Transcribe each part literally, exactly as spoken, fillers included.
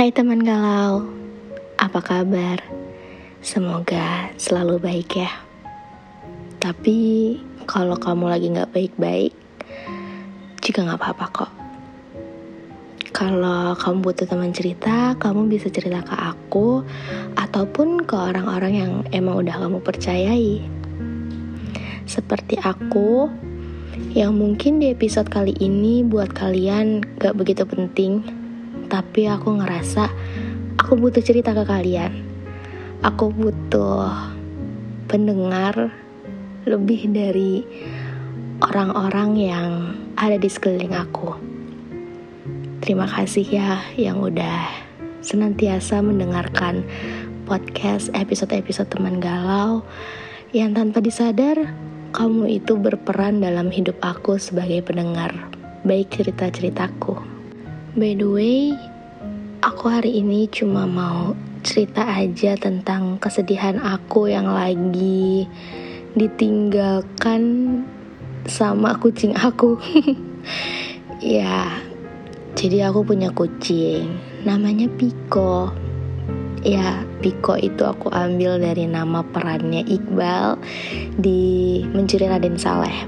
Hai teman galau, apa kabar? Semoga selalu baik ya. Tapi kalau kamu lagi gak baik-baik, juga gak apa-apa kok. Kalau kamu butuh teman cerita, kamu bisa cerita ke aku ataupun ke orang-orang yang emang udah kamu percayai. Seperti aku, yang mungkin di episode kali ini buat kalian gak begitu penting, tapi aku ngerasa aku butuh cerita ke kalian. Aku butuh pendengar lebih dari orang-orang yang ada di sekeliling aku. Terima kasih ya yang udah senantiasa mendengarkan podcast episode-episode teman galau, yang tanpa disadar kamu itu berperan dalam hidup aku sebagai pendengar baik cerita-ceritaku. By the way, aku hari ini cuma mau cerita aja tentang kesedihan aku yang lagi ditinggalkan sama kucing aku. Ya, jadi aku punya kucing, namanya Piko. Ya, Piko itu aku ambil dari nama perannya Iqbal di Mencuri Raden Saleh.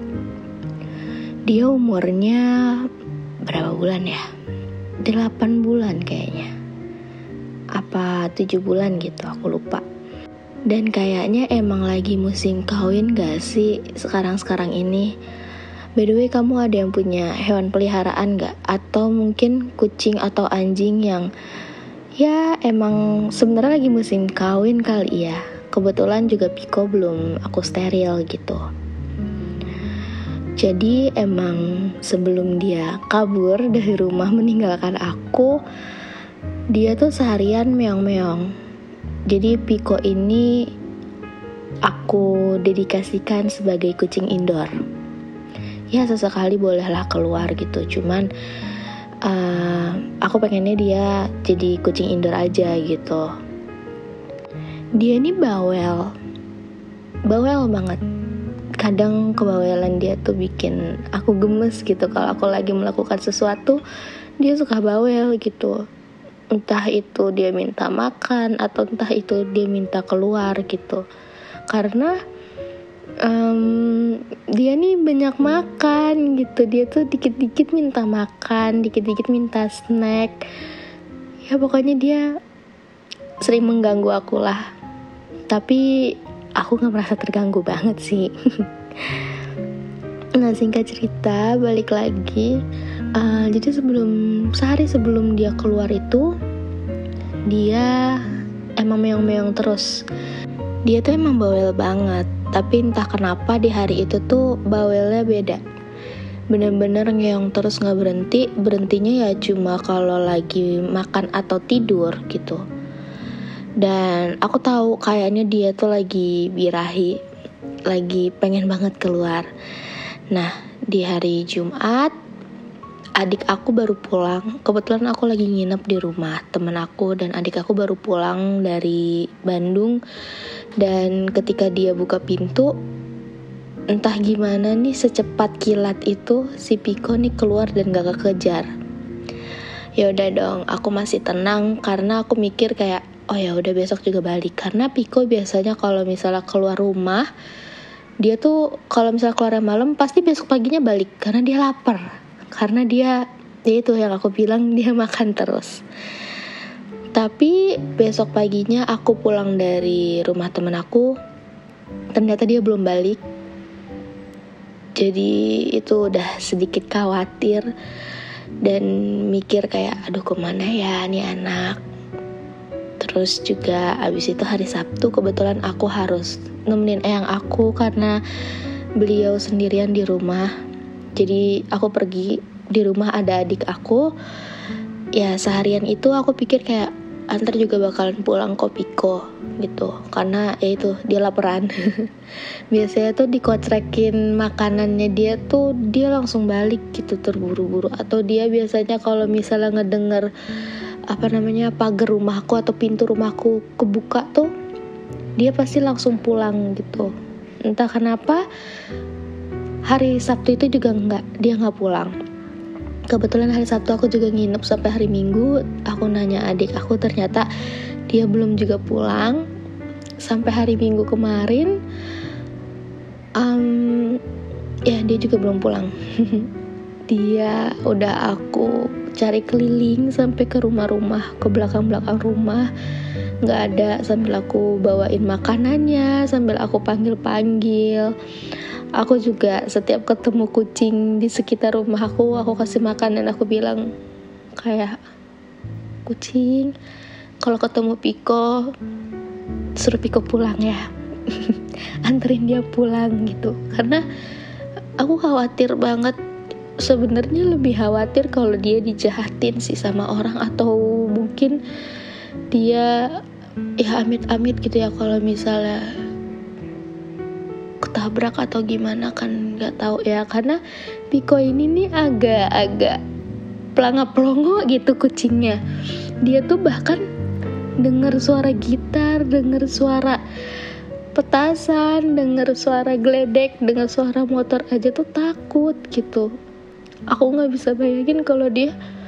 Dia umurnya berapa bulan ya? delapan bulan kayaknya. Apa tujuh bulan gitu, aku lupa. Dan kayaknya emang lagi musim kawin gak sih sekarang-sekarang ini? By the way, kamu ada yang punya hewan peliharaan gak? Atau mungkin kucing atau anjing yang ya emang sebenarnya lagi musim kawin kali ya. Kebetulan juga Piko belum aku steril gitu. Jadi emang sebelum dia kabur dari rumah meninggalkan aku, dia tuh seharian meong-meong. Jadi Piko ini aku dedikasikan sebagai kucing indoor. Ya sesekali bolehlah keluar gitu, cuman uh, aku pengennya dia jadi kucing indoor aja gitu. Dia ini bawel, bawel banget. Kadang kebawelan dia tuh bikin aku gemes gitu. Kalau aku lagi melakukan sesuatu, dia suka bawel gitu. Entah itu dia minta makan atau entah itu dia minta keluar gitu. Karena um, dia nih banyak makan gitu. Dia tuh dikit-dikit minta makan, dikit-dikit minta snack. Ya pokoknya dia sering mengganggu aku lah. Tapi aku gak merasa terganggu banget sih. Nah, singkat cerita, balik lagi. uh, Jadi sebelum sehari sebelum dia keluar itu, dia emang meong-meong terus. Dia tuh emang bawel banget, tapi entah kenapa di hari itu tuh bawelnya beda. Bener-bener ngeong terus gak berhenti. Berhentinya ya cuma kalau lagi makan atau tidur gitu. Dan aku tahu kayaknya dia tuh lagi birahi, lagi pengen banget keluar. Nah, di hari Jumat, adik aku baru pulang. Kebetulan aku lagi nginep di rumah temen aku, dan adik aku baru pulang dari Bandung. Dan ketika dia buka pintu, entah gimana nih secepat kilat itu si Piko nih keluar dan gak kekejar. Ya udah dong, aku masih tenang karena aku mikir kayak, oh ya udah besok juga balik. Karena Piko biasanya kalau misalnya keluar rumah, dia tuh kalau misalnya keluar malam pasti besok paginya balik karena dia lapar. Karena dia, ya itu yang aku bilang, dia makan terus. Tapi besok paginya aku pulang dari rumah temen aku, ternyata dia belum balik. Jadi itu udah sedikit khawatir dan mikir kayak, aduh kemana ya nih anak. Terus juga abis itu hari Sabtu kebetulan aku harus nemenin eyang aku karena beliau sendirian di rumah. Jadi aku pergi, di rumah ada adik aku. Ya seharian itu aku pikir kayak antar juga bakalan pulang kok Piko gitu. Karena ya itu dia laparan. Biasanya tuh dikocrekin makanannya dia tuh dia langsung balik gitu terburu-buru. Atau dia biasanya kalau misalnya ngedenger apa namanya pagar rumahku atau pintu rumahku kebuka tuh dia pasti langsung pulang gitu. Entah kenapa hari Sabtu itu juga enggak, dia enggak pulang. Kebetulan hari Sabtu aku juga nginep sampai hari Minggu. Aku nanya adik aku, ternyata dia belum juga pulang. Sampai hari Minggu kemarin um, ya dia juga belum pulang. Dia udah aku cari keliling sampai ke rumah-rumah, ke belakang-belakang rumah, gak ada, sambil aku bawain makanannya, sambil aku panggil-panggil. Aku juga setiap ketemu kucing di sekitar rumah aku, aku kasih makan dan aku bilang kayak, kucing, kalau ketemu Piko, suruh Piko pulang ya. Anterin dia pulang gitu. Karena aku khawatir banget, sebenarnya lebih khawatir kalau dia dijahatin sih sama orang, atau mungkin dia ya amit-amit gitu ya, kalau misalnya ketabrak atau gimana kan nggak tahu ya. Karena Piko ini nih agak-agak pelanga-pelongo gitu kucingnya. Dia tuh bahkan dengar suara gitar, dengar suara petasan, dengar suara geledek, dengar suara motor aja tuh takut gitu. Aku nggak bisa bayangin kalau dia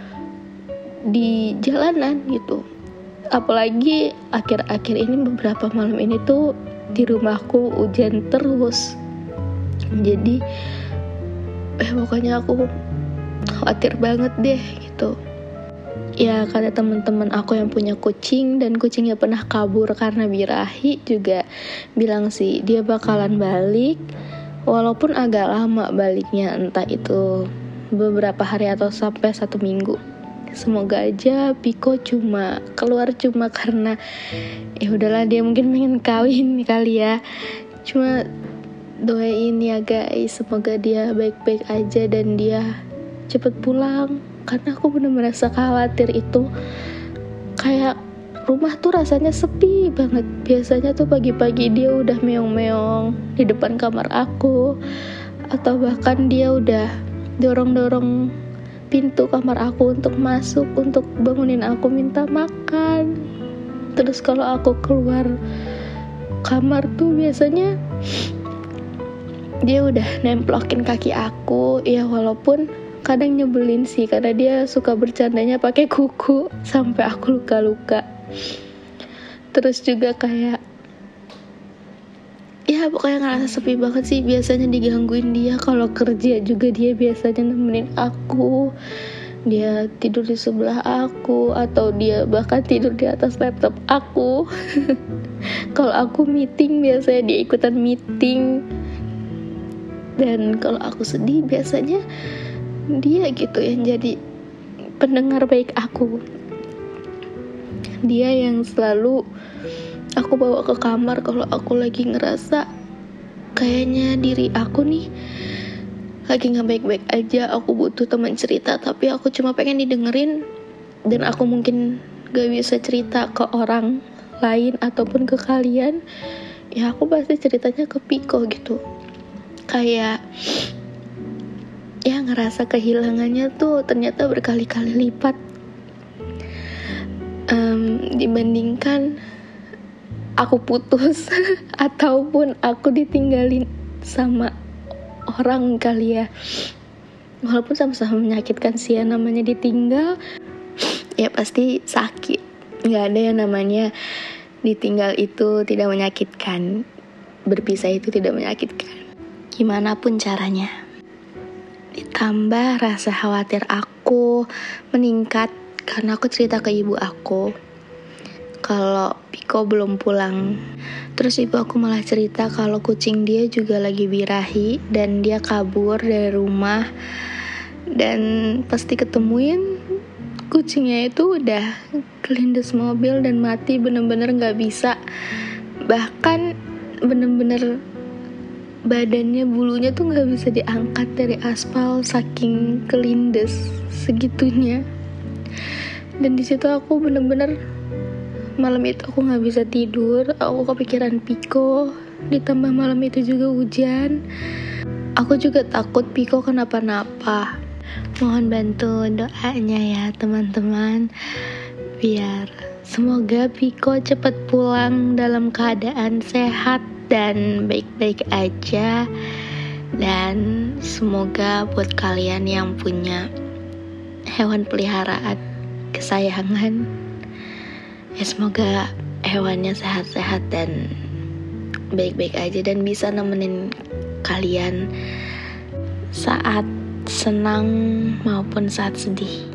di jalanan gitu. Apalagi akhir-akhir ini, beberapa malam ini tuh di rumahku hujan terus. Jadi eh pokoknya aku khawatir banget deh gitu. Ya kata teman-teman aku yang punya kucing dan kucingnya pernah kabur karena birahi juga bilang sih dia bakalan balik, walaupun agak lama baliknya, entah itu beberapa hari atau sampai satu minggu. Semoga aja Piko cuma keluar cuma karena ya udahlah dia mungkin pengen kawin kali ya. Cuma doain ya guys, semoga dia baik-baik aja dan dia cepet pulang. Karena aku bener merasa khawatir itu, kayak rumah tuh rasanya sepi banget. Biasanya tuh pagi-pagi dia udah meong-meong di depan kamar aku, atau bahkan dia udah dorong-dorong pintu kamar aku untuk masuk, untuk bangunin aku minta makan. Terus kalau aku keluar kamar tuh biasanya dia udah nemplokin kaki aku. Ya walaupun kadang nyebelin sih, karena dia suka bercandanya pakai kuku sampai aku luka-luka. Terus juga kayak ya pokoknya ngerasa sepi banget sih. Biasanya digangguin dia kalau kerja juga, dia biasanya nemenin aku, dia tidur di sebelah aku, atau dia bahkan tidur di atas laptop aku. Kalau aku meeting biasanya dia ikutan meeting. Dan kalau aku sedih biasanya dia gitu yang jadi pendengar baik aku. Dia yang selalu aku bawa ke kamar kalau aku lagi ngerasa kayaknya diri aku nih lagi gak baik-baik aja, aku butuh teman cerita, tapi aku cuma pengen didengerin dan aku mungkin gak bisa cerita ke orang lain ataupun ke kalian. Ya aku pasti ceritanya ke Piko gitu. Kayak ya ngerasa kehilangannya tuh ternyata berkali-kali lipat um, dibandingkan aku putus ataupun aku ditinggalin sama orang kali ya. Walaupun sama-sama menyakitkan sih ya, namanya ditinggal ya pasti sakit. Gak ada yang namanya ditinggal itu tidak menyakitkan, berpisah itu tidak menyakitkan, gimana pun caranya. Ditambah rasa khawatir aku meningkat karena aku cerita ke ibu aku kalau Piko belum pulang. Terus ibu aku malah cerita kalau kucing dia juga lagi birahi dan dia kabur dari rumah. Dan pasti ketemuin kucingnya itu udah kelindes mobil dan mati, bener-bener gak bisa. Bahkan bener-bener badannya, bulunya tuh gak bisa diangkat dari aspal saking kelindes segitunya. Dan disitu aku bener-bener malam itu aku gak bisa tidur. Aku kepikiran Piko, ditambah malam itu juga hujan. Aku juga takut Piko kenapa-napa. Mohon bantu doanya ya teman-teman, biar semoga Piko cepat pulang dalam keadaan sehat dan baik-baik aja. Dan semoga buat kalian yang punya hewan peliharaan kesayangan. Ya semoga hewannya sehat-sehat dan baik-baik aja dan bisa nemenin kalian saat senang maupun saat sedih.